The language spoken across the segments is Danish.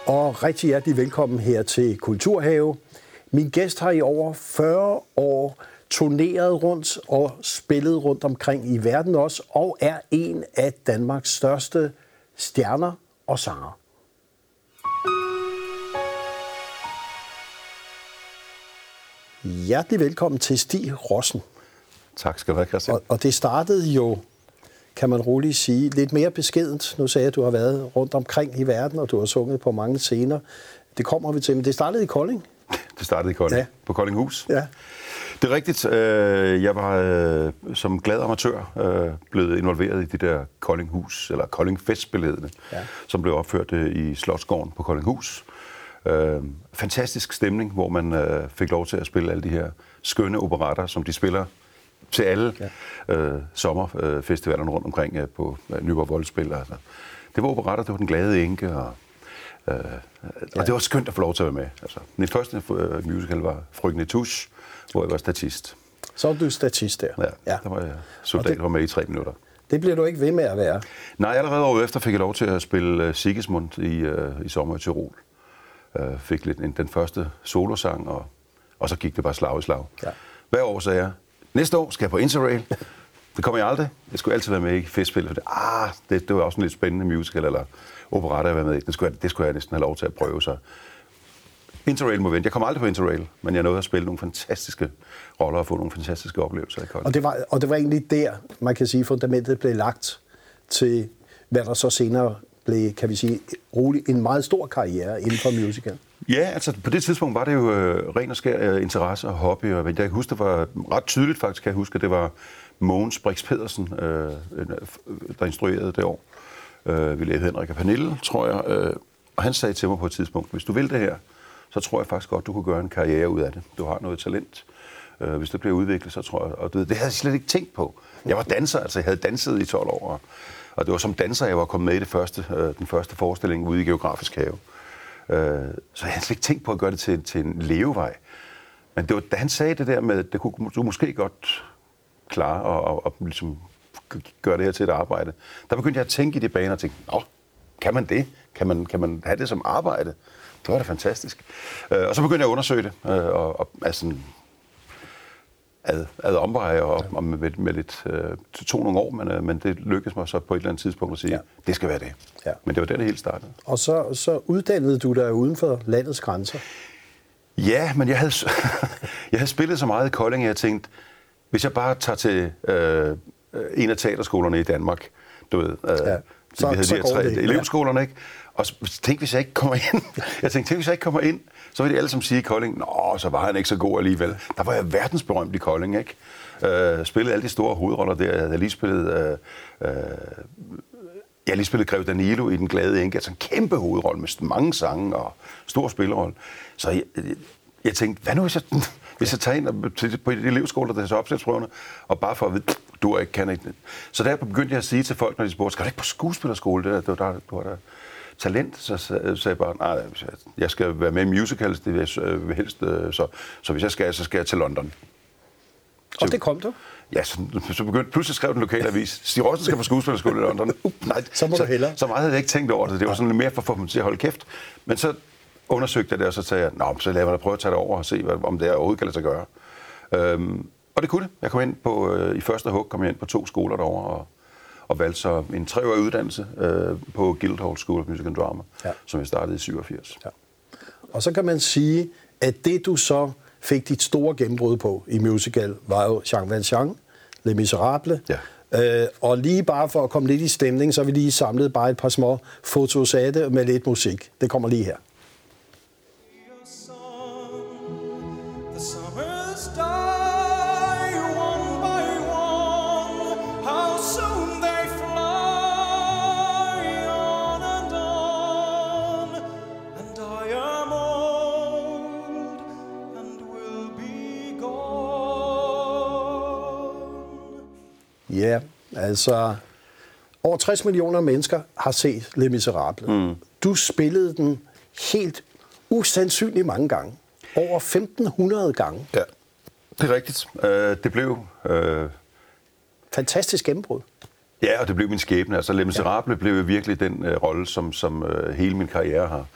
Og rigtig hjertelig velkommen her til Kulturhave. Min gæst har i over 40 år turneret rundt og spillet rundt omkring i verden også, og er en af Danmarks største stjerner og sanger. Hjertelig velkommen til Stig Rossen. Tak skal du have, Christian. Og det startede jo, kan man roligt sige, lidt mere beskedent. Nu sagde jeg, at du har været rundt omkring i verden, og du har sunget på mange scener. Det kommer vi til, men det startede i Kolding. Det startede i Kolding, ja. På Koldinghus. Ja. Det er rigtigt. Jeg var som glad amatør blevet involveret i det der Koldinghus, eller Kolding Festspilledene, ja, som blev opført i Slotsgården på Koldinghus. Fantastisk stemning, hvor man fik lov til at spille alle de her skønne operatter, som de spiller til alle sommerfestivalerne rundt omkring på Nyborg Voldspil. Altså. Det var operatter, det var Den Glade Enke, og det var skønt at få lov til at være med. Altså, min første musical var Frøken Nitouche, hvor jeg var statist. Så var du statist der? Ja. Der var jeg soldat, var med i 3 minutter. Det bliver du ikke ved med at være? Nej, allerede året efter fik jeg lov til at spille Sigismund i Sommer i Tyrol. Fik lidt den første solosang, og så gik det bare slag i slag. Ja. Hver år sagde jeg, næste år skal jeg på Interrail. Det kommer jeg aldrig. Jeg skulle altid være med i festspillet. Det var også en lidt spændende musical eller operatter, jeg var med i. Det skulle jeg næsten have lov til at prøve. Så Interrail må vente. Jeg kommer aldrig på Interrail, men jeg nåede at spille nogle fantastiske roller og få nogle fantastiske oplevelser i Kolding. Og det var egentlig der, man kan sige, fundamentet blev lagt til, hvad der så senere blev, kan vi sige, roligt en meget stor karriere inden for musical. Ja, altså på det tidspunkt var det jo ren og skær interesse og hobby, og jeg kan huske, det var ret tydeligt faktisk, kan jeg huske, at det var Mogens Brix Pedersen, der instruerede det år. Vi lavede Henrik og Pernille, tror jeg, og han sagde til mig på et tidspunkt, hvis du vil det her, så tror jeg faktisk godt, du kunne gøre en karriere ud af det. Du har noget talent. Hvis det bliver udviklet, så tror jeg, og det havde jeg slet ikke tænkt på. Jeg var danser, altså jeg havde danset i 12 år, og det var som danser, jeg var kommet med i den første forestilling ude i Geografisk Have. Så jeg havde slet ikke tænkt på at gøre det til en levevej. Men det var, da han sagde det der med, det kunne du måske godt klare og ligesom gøre det her til et arbejde, der begyndte jeg at tænke i de baner og tænke, kan man det? Kan man have det som arbejde? Det var da fantastisk. Og så begyndte jeg at undersøge det, og altså ad omveje, og med lidt, det tog nogle år, men det lykkedes mig så på et eller andet tidspunkt at sige, det skal være det. Ja. Men det var der, det hele startede. Og så uddannede du dig uden for landets grænser? Ja, men jeg havde spillet så meget i Kolding, at jeg tænkte, hvis jeg bare tager til en af teaterskolerne i Danmark, du ved, vi havde de her 3 elevskolerne, ikke? Og tænkte, hvis jeg ikke kommer ind, så vil de alle som sige i Kolding, så var han ikke så god alligevel. Der var jeg verdensberømt i Kolding, ikke? Spillede alle de store hovedroller der. Jeg havde lige spillet Grev Danilo i Den Glade Enke, altså en kæmpe hovedrolle med mange sange og stor spillerolle. Så jeg tænkte, hvad nu hvis jeg tager ind på de elevskoler, der har så opsætsprøverne, og bare for at vide, du ikke kan ikke. Så der begyndte jeg at sige til folk, når de spurgte, skal du ikke på skuespillerskole? Du har der talent, så sagde jeg bare, nej, jeg skal være med i musicals, det vil helst, så hvis jeg skal, så skal jeg til London. Og det kom du? Ja, så begyndte pludselig skrev den lokale avis, Stig Rossen skal på skuespillerskole i London. Nej, så må du hellere. Så meget havde jeg ikke tænkt over det. Det var sådan lidt mere for at få dem til at holde kæft. Men så undersøgte jeg det, og så sagde jeg, så lader jeg mig prøve at tage det over og se, om det overhovedet kan lade sig gøre. Og det kunne det. Jeg kom ind i første hug, kom jeg ind på 2 skoler derovre, og valgte så en 3-årig uddannelse på Guildhall School of Music and Drama, som jeg startede i 87. Ja. Og så kan man sige, at det du så fik dit store gennembrud på i musical, var jo Jean Valjean, Les Misérables. Ja. Og lige bare for at komme lidt i stemning, så har vi lige samlet bare et par små fotos af det med lidt musik. Det kommer lige her. Ja, altså over 60 millioner mennesker har set Les Misérables. Du spillede den helt usandsynligt mange gange. Over 1.500 gange. Ja, det er rigtigt. Det blev... Fantastisk gennembrud. Ja, og det blev min skæbne. Altså, Les Misérables blev virkelig den rolle, som hele min karriere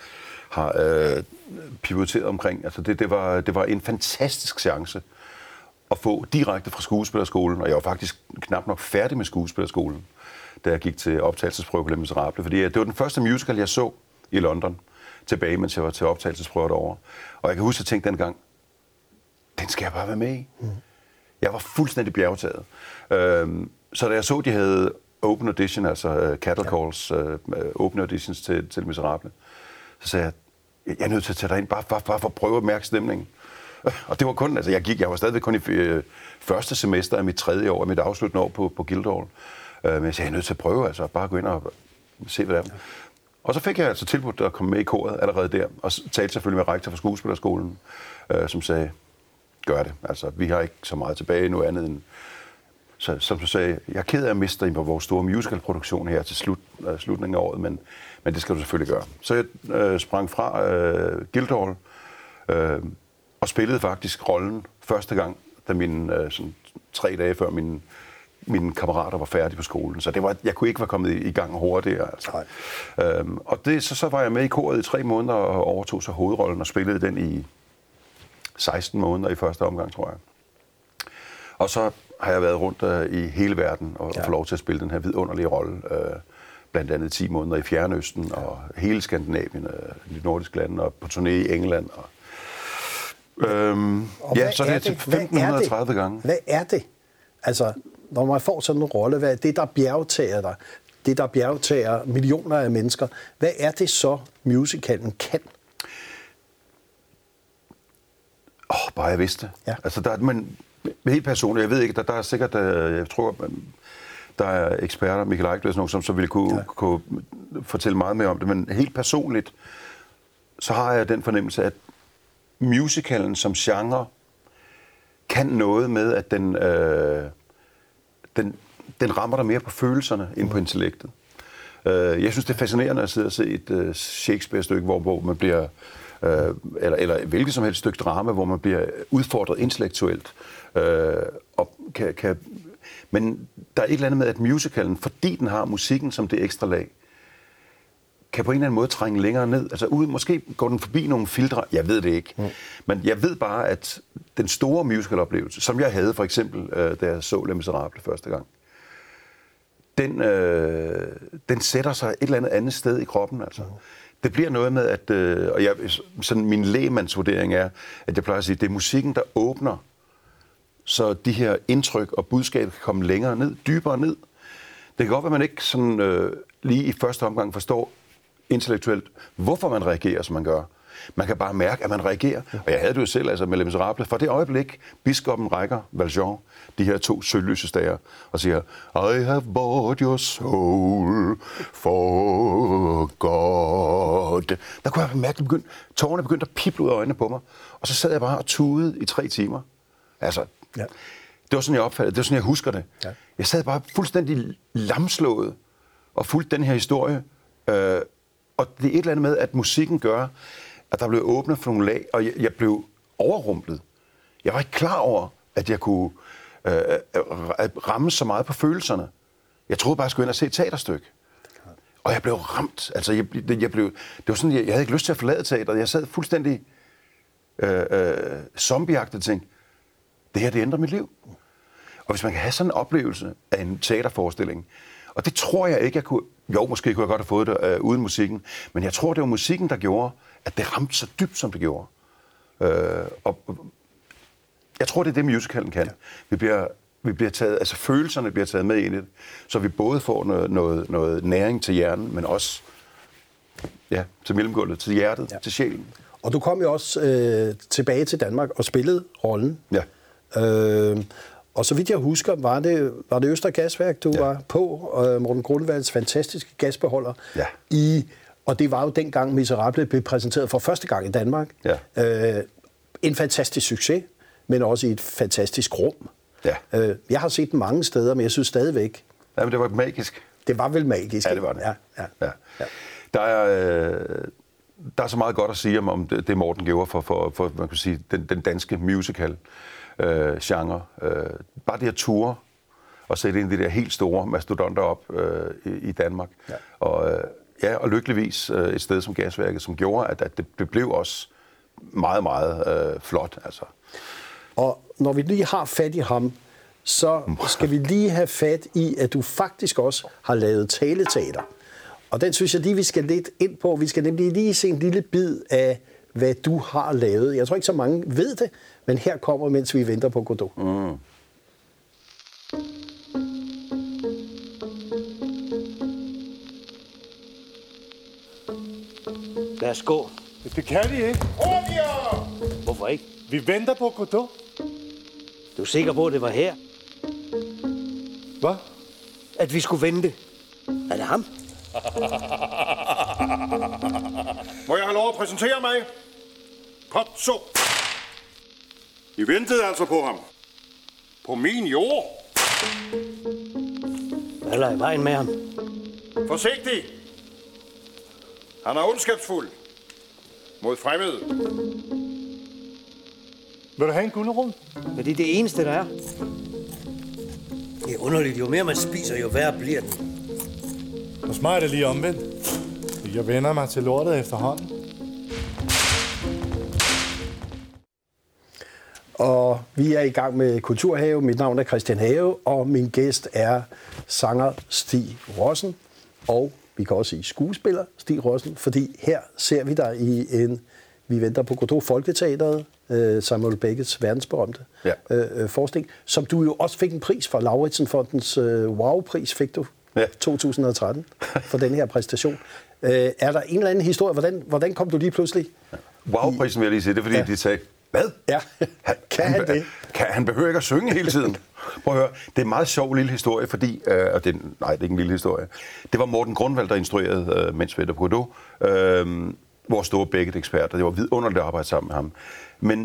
har pivoteret omkring. Altså det var en fantastisk chance at få direkte fra skuespillerskolen, og jeg var faktisk knap nok færdig med skuespillerskolen, da jeg gik til optagelsesprøve på Les Misérables, fordi det var den første musical, jeg så i London, tilbage, mens jeg var til optagelsesprøve derovre. Og jeg kan huske, at jeg tænkte dengang, den skal jeg bare være med i. Jeg var fuldstændig bjergtaget. Så da jeg så, de havde open audition, altså cattle calls, open auditions til Les Misérables, så sagde jeg, jeg er nødt til at tage dig ind, bare for at prøve at mærke stemningen. Og det var kun, altså jeg var stadigvæk kun i første semester af mit 3. år, af mit afsluttende år på Guildhall. Men jeg sagde, jeg er nødt til at prøve, altså bare gå ind og se, hvad det er. Og så fik jeg altså tilbudt at komme med i koret allerede der, og talte selvfølgelig med rektor for skuespillerskolen, som sagde, gør det. Altså, vi har ikke så meget tilbage nu andet end... Så, som du sagde, jeg er ked af at miste dig på vores store musicalproduktion her til slutningen af året, men det skal du selvfølgelig gøre. Så jeg sprang fra Guildhall og spillede faktisk rollen første gang, da sådan 3 dage før mine kammerater var færdige på skolen. Så jeg kunne ikke være kommet i gang hurtigere. Altså. Og så var jeg med i koret i 3 måneder og overtog så hovedrollen og spillede den i 16 måneder i første omgang, tror jeg. Og så har jeg været rundt i hele verden og fået lov til at spille den her vidunderlige rolle. Blandt andet 10 måneder i Fjernøsten og hele Skandinavien, de nordiske lande og på turné i England. Og så er det 1530 gange. Hvad er det? Altså, når man får sådan en rolle, hvad er det, der bjergtager dig? Det, der bjergtager millioner af mennesker. Hvad er det så, musicalen kan? Bare jeg vidste. Ja. Altså, men helt personligt, jeg ved ikke, der er sikkert, jeg tror, der er eksperter, Michael Eichler, som så ville kunne fortælle meget mere om det, men helt personligt, så har jeg den fornemmelse, at musicalen som genre kan noget med, at den rammer dig mere på følelserne end på intellektet. Jeg synes, det er fascinerende at sidde og se et Shakespeare-stykke, hvor man bliver, eller hvilket som helst stykke drama, hvor man bliver udfordret intellektuelt. Men der er et eller andet med, at musicalen, fordi den har musikken som det ekstra lag, kan på en eller anden måde trænge længere ned. Altså måske går den forbi nogle filtre, jeg ved det ikke. Men jeg ved bare, at den store musicaloplevelse, som jeg havde for eksempel, da jeg så Les Misérables første gang, den sætter sig et eller andet sted i kroppen. Altså. Det bliver noget med, at sådan min lægmandsvurdering er, at jeg plejer at sige, at det er musikken, der åbner, så de her indtryk og budskaber kan komme længere ned, dybere ned. Det kan godt være, at man ikke sådan, lige i første omgang forstår intellektuelt, hvorfor man reagerer, som man gør. Man kan bare mærke, at man reagerer. Og jeg havde det jo selv, altså med Les Misérables. For det øjeblik, biskoppen rækker Valjean de her 2 sølvlyse stager og siger, I have bought your soul for God. Der kunne jeg mærke, at tårerne begyndte at pible ud af øjnene på mig. Og så sad jeg bare og tudede i 3 timer. Altså, det var sådan, jeg opfattede. Det var sådan, jeg husker det. Ja. Jeg sad bare fuldstændig lamslået og fulgte den her historie. Og det er et eller andet med, at musikken gør, at der blev åbnet for nogle lag, og jeg blev overrumplet. Jeg var ikke klar over, at jeg kunne ramme så meget på følelserne. Jeg troede bare, jeg skulle ind og se et teaterstykke. Og jeg blev ramt. Altså, det var sådan, jeg havde ikke lyst til at forlade teateret. Jeg sad fuldstændig zombieagtigt og tænkte, det her, det ændrer mit liv. Og hvis man kan have sådan en oplevelse af en teaterforestilling, og det tror jeg ikke, jeg kunne... Jo, måske kunne jeg godt have fået det uden musikken, men jeg tror, det var musikken, der gjorde, at det ramte så dybt, som det gjorde. Og jeg tror, det er det, musicalen kan. Ja. Vi bliver taget, altså følelserne bliver taget med ind i det, så vi både får noget næring til hjernen, men også til mellemgulvet, til hjertet, til sjælen. Og du kom jo også tilbage til Danmark og spillede rollen. Ja. Og så vidt jeg husker, var det Østre Gasværk, du var på, Morten Grundvalds fantastiske gasbeholder. Ja. Og det var jo dengang Misérables blev præsenteret for første gang i Danmark. Ja. En fantastisk succes, men også i et fantastisk rum. Ja. Jeg har set den mange steder, men jeg synes stadigvæk... Ja, men det var magisk. Det var vel magisk. Ja, det var det. Ja. Der er så meget godt at sige om det Morten gjorde for man kan sige, den danske musical genre. Bare det at ture og sætte ind de der helt store mastodonter op i Danmark. Ja. Og ja, og lykkeligvis et sted som Gasværket, som gjorde, at det blev også meget, meget flot. Altså. Og når vi lige har fat i ham, så skal vi lige have fat i, at du faktisk også har lavet taleteater. Og den synes jeg lige, vi skal lidt ind på. Vi skal nemlig lige se en lille bid af, hvad du har lavet. Jeg tror ikke, så mange ved det, men her kommer, mens vi venter på Godot. Mm. Lad os gå. Det kan vi ikke. Hurtigere! Hvorfor ikke? Vi venter på Godot. Du er sikker på, at det var her? Hvad? At vi skulle vente. Er det ham? Må jeg have lov at præsentere mig? Godt så. I ventede altså på ham. På min jord. Hvad er der i vejen med ham? Forsigtig. Han er ondskabsfuld. Mod fremmede. Vil du have en gulerod? Men det er det eneste, der er. Det er underligt. Jo mere man spiser, jo værre bliver den. Hos mig er det lige omvendt. Jeg vender mig til lortet efterhånden. Og vi er i gang med Kulturhave. Mit navn er Christian Have, og min gæst er sanger Stig Rossen. Og vi kan også sige skuespiller Stig Rossen, fordi her ser vi dig i en Vi venter på Godot Folketeateret, Samuel Becketts verdensberømte forestilling, som du jo også fik en pris for. Lauritsen-fondens Wow-pris fik du 2013 for den her præstation. Er der en eller anden historie? Hvordan kom du lige pludselig? Wow-prisen vil jeg lige sige, det er fordi, de sagde, hvad? Ja, kan han det? Han behøver ikke at synge hele tiden. Prøv at høre, det er en meget sjov lille historie, fordi, og det er ikke en lille historie, det var Morten Grundvald, der instruerede Mens vi venter på Godot, vores store Beckett-ekspert, og det var vidunderligt at arbejde sammen med ham. Men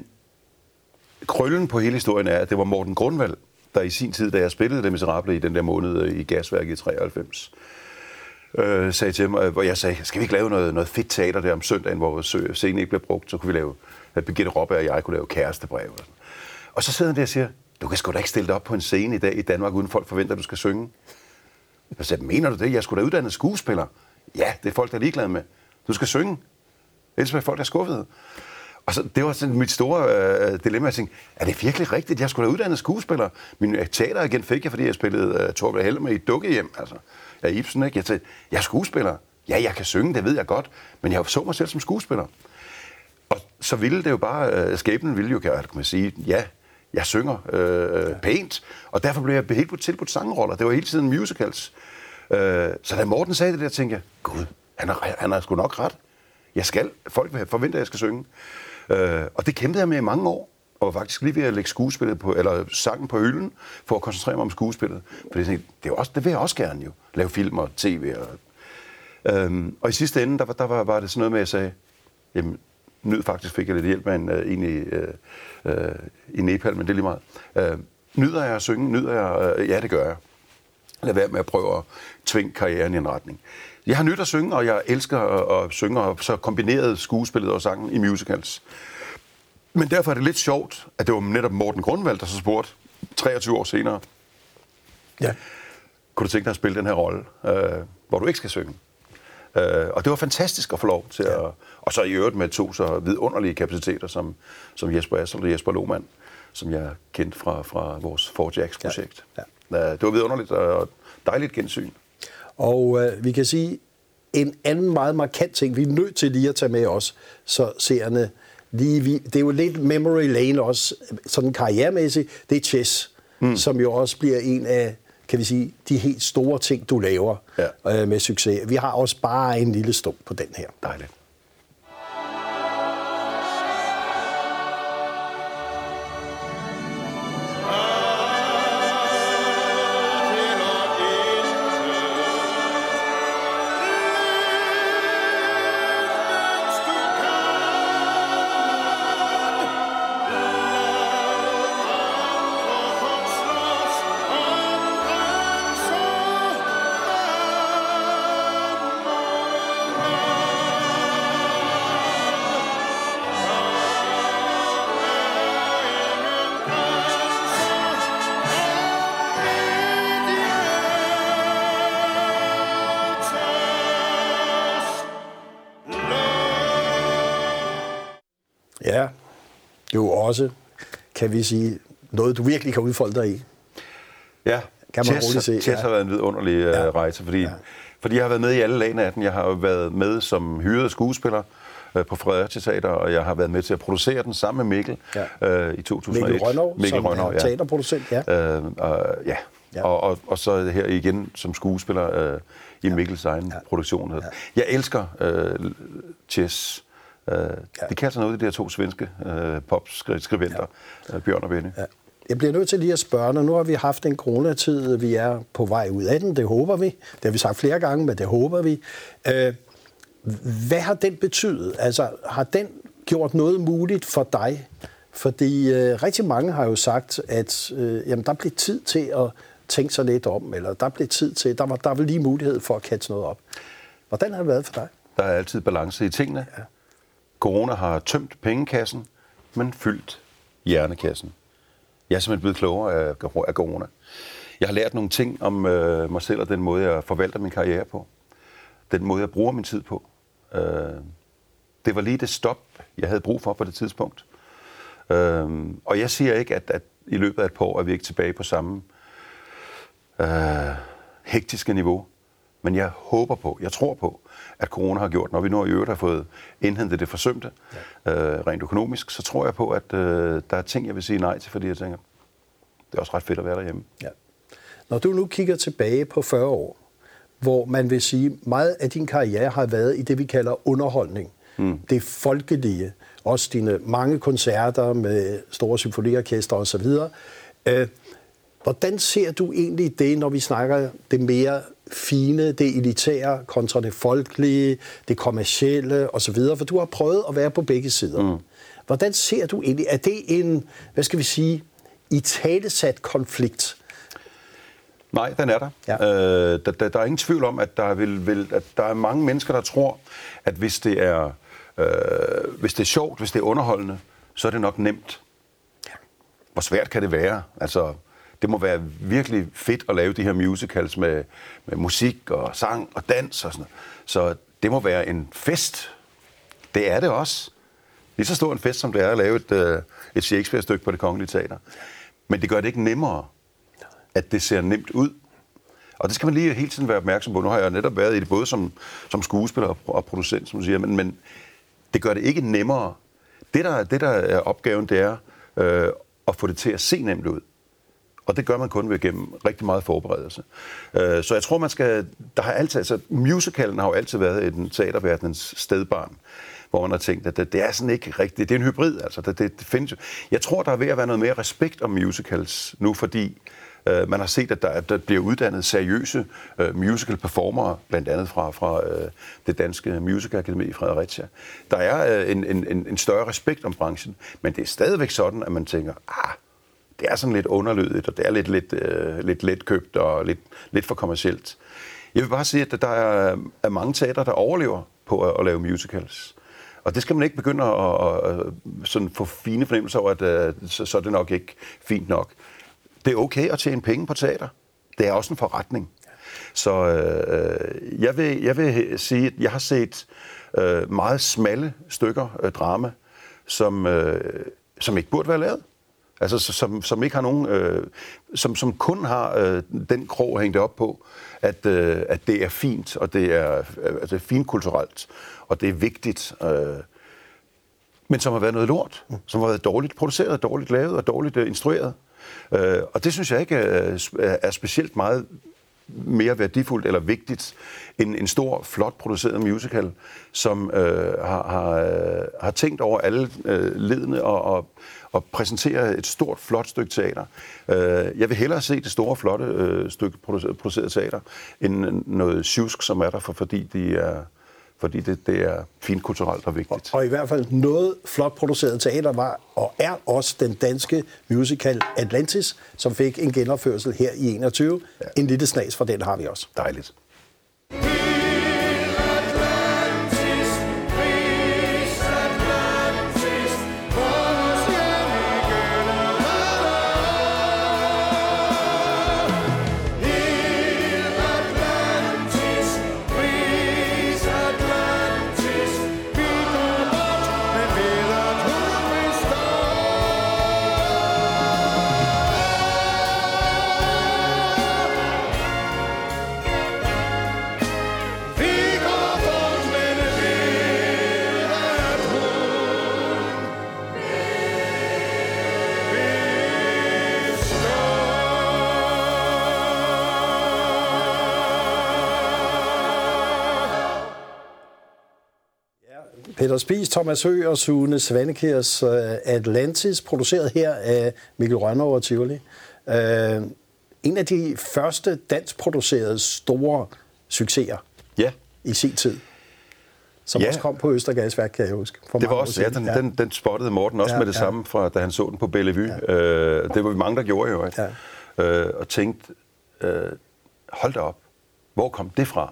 krøllen på hele historien er, at det var Morten Grundvald, der i sin tid, da jeg spillede Les Misérables i den der måned i Gasværket i 93, sagde til mig, hvor jeg sagde, skal vi ikke lave noget fedt teater der om søndagen, hvor scenen ikke bliver brugt, så kunne vi lave, Birgitte Robbe og jeg kunne lave kærestebrev. Og så sidder han der og siger, du kan sgu da ikke stille dig op på en scene i dag i Danmark, uden folk forventer, at du skal synge. Jeg sagde, mener du det? Jeg skulle da uddannet skuespiller. Ja, det er folk, der er ligeglade med. Du skal synge. Ellers er folk, der er skuffede. Og så, det var sådan mit store dilemma. Jeg tænkte, er det virkelig rigtigt? Jeg skulle da uddannet skuespiller. Min teateragent fik jeg, fordi jeg spillede Torvald Helmer i Dukkehjem. Altså, jeg er Ibsen, ikke? Jeg sagde, jeg er skuespiller. Ja, jeg kan synge, det ved jeg godt. Men jeg så mig selv som skuespiller. Og så ville det jo bare, skæbnen ville jo, kan man sige, ja, jeg synger pænt. Og derfor blev jeg helt tilbudt sangroller. Det var hele tiden musicals. Så da Morten sagde det der, tænkte jeg, gud, han har sgu nok ret. Folk vil forvente, at jeg skal synge. Og det kæmpede jeg med i mange år, og var faktisk lige ved at lægge skuespillet eller sangen på hylden, for at koncentrere mig om skuespillet. For det vil jeg også gerne jo, lave film og tv. Og i sidste ende, der var det sådan noget med, at jeg sagde, jamen, faktisk fik jeg lidt hjælp af en i Nepal, men det er lige meget. Nyder jeg at synge? Ja, det gør jeg. Lad være med at prøve at tvinge karrieren i en retning. Jeg har nydt at synge, og jeg elsker at synge, og så kombineret skuespillet og sangen i musicals. Men derfor er det lidt sjovt, at det var netop Morten Grundvald, der så spurgte 23 år senere, ja. Kunne du tænke dig at spille den her rolle, hvor du ikke skal synge? Og det var fantastisk at få lov til at... Og så i øvrigt med to så vidunderlige kapaciteter, som Jesper Assel og Jesper Lohmann, som jeg kendte fra vores 4Jacks-projekt. Ja. Det var vidunderligt og dejligt gensyn. Og vi kan sige, en anden meget markant ting, vi er nødt til lige at tage med os, så seerne lige... Det er jo lidt memory lane også, sådan karrieremæssigt. Det er chess, som jo også bliver en af, kan vi sige, de helt store ting, du laver med succes. Vi har også bare en lille stump på den her. Dejligt. jo også, kan vi sige, noget, du virkelig kan udfolde dig i. Ja, kan man roligt se. Chess har været en vidunderlig rejse, fordi jeg har været med i alle lagene af den. Jeg har jo været med som hyret skuespiller på Fredericia Teater, og jeg har været med til at producere den sammen med Mikkel i 2001. Mikkel Rønnow, som teaterproducent, Og så her igen som skuespiller i Mikkels egen produktion. Ja. Jeg elsker Chess. Det kan altså noget af de der to svenske popskribenter, Bjørn og Benny. Ja. Jeg bliver nødt til lige at spørge, nu har vi haft en coronatid, vi er på vej ud af den, det håber vi. Det har vi sagt flere gange, men det håber vi. Hvad har den betydet? Altså, har den gjort noget muligt for dig? Fordi rigtig mange har jo sagt, at der blev tid til at tænke sig lidt om, eller der blev tid til, der var lige mulighed for at catche noget op. Hvordan har det været for dig? Der er altid balance i tingene. Ja. Corona har tømt pengekassen, men fyldt hjernekassen. Jeg er simpelthen blevet klogere af corona. Jeg har lært nogle ting om mig selv og den måde, jeg forvalter min karriere på. Den måde, jeg bruger min tid på. Det var lige det stop, jeg havde brug for på det tidspunkt. Og jeg siger ikke, at i løbet af et par år er vi ikke tilbage på samme hektiske niveau. Men jeg håber på, jeg tror på, at corona har gjort, når vi nu i øvrigt har fået indhentet det forsømte, rent økonomisk, så tror jeg på, at der er ting, jeg vil sige nej til, fordi jeg tænker, det er også ret fedt at være derhjemme. Ja. Når du nu kigger tilbage på 40 år, hvor man vil sige, meget af din karriere har været i det, vi kalder underholdning. Det folkelige, også dine mange koncerter med store symfoniorkester osv. Hvordan ser du egentlig det, når vi snakker det mere fine, det elitære kontra det folkelige, det kommercielle osv.? For du har prøvet at være på begge sider. Hvordan ser du egentlig, er det en, hvad skal vi sige, italesat konflikt? Nej, den er der. Ja. Der er ingen tvivl om, at at der er mange mennesker, der tror, at hvis det er sjovt, hvis det er underholdende, så er det nok nemt. Hvor svært kan det være? Altså, det må være virkelig fedt at lave de her musicals med musik og sang og dans og sådan noget. Så det må være en fest. Det er det også. Lige så stor en fest, som det er at lave et Shakespeare-stykke på Det Kongelige Teater. Men det gør det ikke nemmere, at det ser nemt ud. Og det skal man lige hele tiden være opmærksom på. Nu har jeg netop været i det både som skuespiller og producent, som du siger, men det gør det ikke nemmere. Det, der er opgaven, det er at få det til at se nemt ud. Og det gør man kun ved gennem rigtig meget forberedelse. Så jeg tror, musicalen har jo altid været en teaterverdenens stedbarn, hvor man har tænkt, at det er sådan ikke rigtigt. Det er en hybrid, altså. Det findes jo. Jeg tror, der er ved at være noget mere respekt om musicals nu, fordi man har set, at der bliver uddannet seriøse musical performere, blandt andet fra det danske musicalakademi i Fredericia. Der er en større respekt om branchen, men det er stadigvæk sådan, at man tænker, det er sådan lidt underlødigt, og det er lidt letkøbt og lidt for kommercielt. Jeg vil bare sige, at der er mange teatre, der overlever på at lave musicals. Og det skal man ikke begynde at sådan få fine fornemmelser over, at så er det nok ikke fint nok. Det er okay at tjene penge på teater. Det er også en forretning. Så jeg vil sige, at jeg har set meget smalle stykker drama, som ikke burde være lavet. Altså som ikke har nogen, som kun har den krog hængt op på, at det er fint, og det er fint kulturelt, og det er vigtigt. Men som har været noget lort, som har været dårligt produceret, dårligt lavet og dårligt instrueret. Og det synes jeg ikke er specielt meget mere værdifuldt eller vigtigt end en stor, flot produceret musical, som har tænkt over alle ledene og præsentere et stort, flot stykke teater. Jeg vil hellere se det store, flotte stykke produceret teater, end noget sjusk, som er der, fordi det er fint kulturelt og vigtigt. Og i hvert fald noget flot produceret teater var og er også den danske musical Atlantis, som fik en genopførsel her i 21. Ja. En lille snas fra den har vi også. Dejligt. Peter Spies, Thomas Høgh og Sune Svanekjærs Atlantis, produceret her af Mikkel Rønnow og Tivoli. En af de første danskproducerede store succeser i sin tid. Som også kom på Østergasværk, kan jeg huske. Det var også, den spottede Morten også med det samme, fra da han så den på Bellevue. Det var vi mange, der gjorde jo, ikke? Og tænkte, hold da op, hvor kom det fra?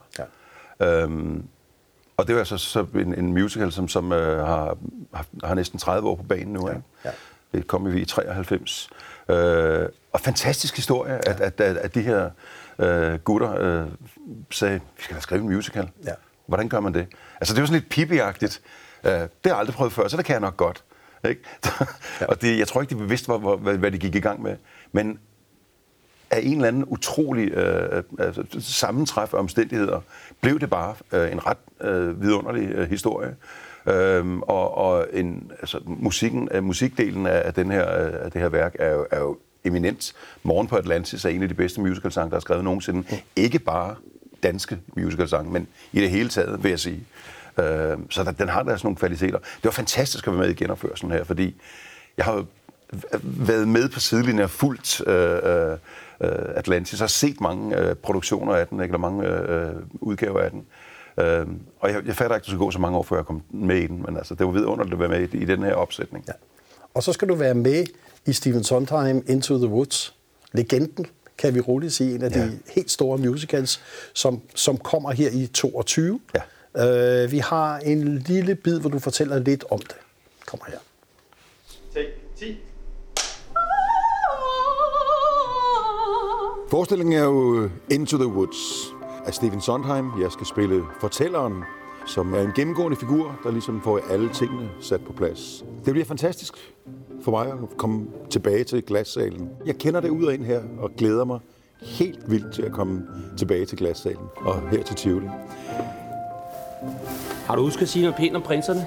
Og det var så en musical, som har næsten 30 år på banen nu. Det kom vi i 93. Og fantastisk historie, at de her gutter sagde, vi skal da skrive en musical. Hvordan gør man det? Altså, det var sådan lidt Pippi-agtigt. Det har jeg aldrig prøvet før, så det kan jeg nok godt. Ikke? Og jeg tror ikke, de bevidste, hvad de gik i gang med. Men af en eller anden utrolig sammentræf af omstændigheder, blev det bare en ret vidunderlig historie. Og musikdelen af det her værk er jo eminent. Morgen på Atlantis er en af de bedste musicalsange, der er skrevet nogensinde. Ikke bare danske musicalsange, men i det hele taget, vil jeg sige. Så den har der sådan nogle kvaliteter. Det var fantastisk at være med i genopførelsen her, fordi jeg har været med på sidelinjen og fulgt Atlantis og set mange produktioner af den, eller mange udgaver af den. Og jeg fatter ikke, at det skulle gå så mange år, før jeg kom med i den, men altså, det var vidunderligt at være med i den her opsætning. Ja. Og så skal du være med i Stephen Sondheim Into the Woods. Legenden, kan vi roligt sige, en af de helt store musicals, som kommer her i 22. Ja. Vi har en lille bid, hvor du fortæller lidt om det. Kommer her. Take 10. Forestillingen er jo Into the Woods af Stephen Sondheim. Jeg skal spille fortælleren, som er en gennemgående figur, der ligesom får alle tingene sat på plads. Det bliver fantastisk for mig at komme tilbage til glassalen. Jeg kender det ud og ind her og glæder mig helt vildt til at komme tilbage til glassalen og her til Tivoli. Har du husket at sige noget pænt om prinserne?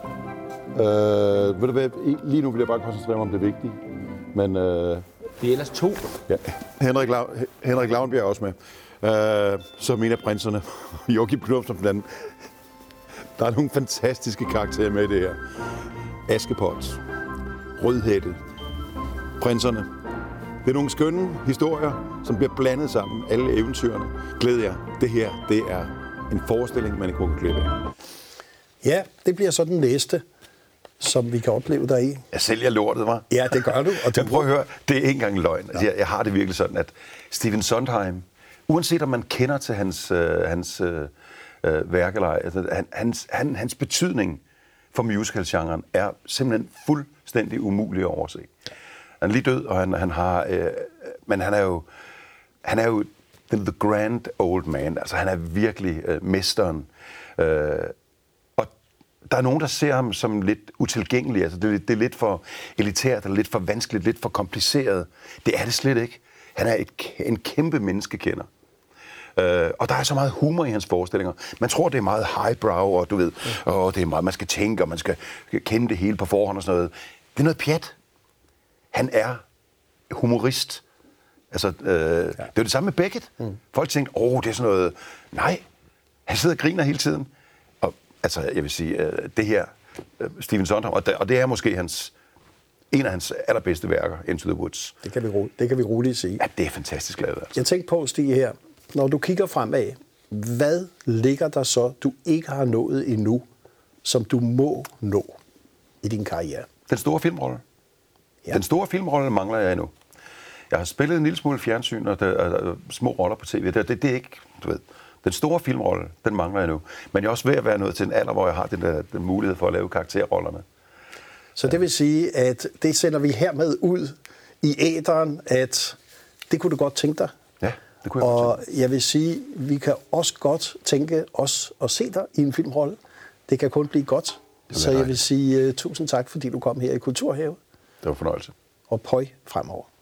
Ved du hvad, lige nu vil jeg bare koncentrere mig om det vigtige. Men, det er ellers 2. Ja, Henrik Lavnbjerg er også med. Som en af prinserne. Joachim Knop som den anden. Der er nogle fantastiske karakterer med i det her. Askepot, Rødhætte, prinserne. Det er nogle skønne historier, som bliver blandet sammen. Alle eventyrene. Glæd jer. Det her, det er en forestilling, man ikke må glemme af. Ja, det bliver så den næste, som vi kan opleve der i. Jeg sælger lortet, hva'? Ja, det gør du. Og du prøv at høre, det er ikke engang løgn. Altså, jeg har det virkelig sådan, at Stephen Sondheim, uanset om man kender til hans værk eller ej, altså, hans betydning for musicalgenren er simpelthen fuldstændig umulig at overse. Han er lige død, og han har... men han er jo the grand old man. Altså, han er virkelig mesteren. Og der er nogen, der ser ham som lidt utilgængelig. Altså, det er lidt for elitært, eller lidt for vanskeligt, lidt for kompliceret. Det er det slet ikke. Han er en kæmpe menneskekender. Og der er så meget humor i hans forestillinger. Man tror, det er meget highbrow, og du ved, det er meget, man skal tænke, og man skal kende det hele på forhånd og sådan noget. Det er noget pjat. Han er humorist. Altså, det er det samme med Beckett. Folk tænker, det er sådan noget... Nej, han sidder og griner hele tiden. Og altså, jeg vil sige, det her, Stephen Sondheim, og det er måske en af hans allerbedste værker, Into the Woods. Det kan vi roligt sige. Ja, det er fantastisk lavet. Altså. Jeg tænkte på, Stig, her, når du kigger fremad, hvad ligger der så, du ikke har nået endnu, som du må nå i din karriere? Den store filmrolle. Ja. Den store filmrolle mangler jeg endnu. Jeg har spillet en lille smule fjernsyn og små roller på tv. Det er ikke, du ved. Den store filmrolle, den mangler jeg nu. Men jeg er også ved at være nået til en alder, hvor jeg har den mulighed for at lave karakterrollerne. Så det vil sige, at det sender vi hermed ud i æteren, at det kunne du godt tænke dig. Ja, det kunne jeg godt tænke. Og jeg vil sige, vi kan også godt tænke os at se dig i en filmrolle. Det kan kun blive godt. Så jeg vil sige tusind tak, fordi du kom her i Kulturhave. Det var en fornøjelse. Og pøj fremover.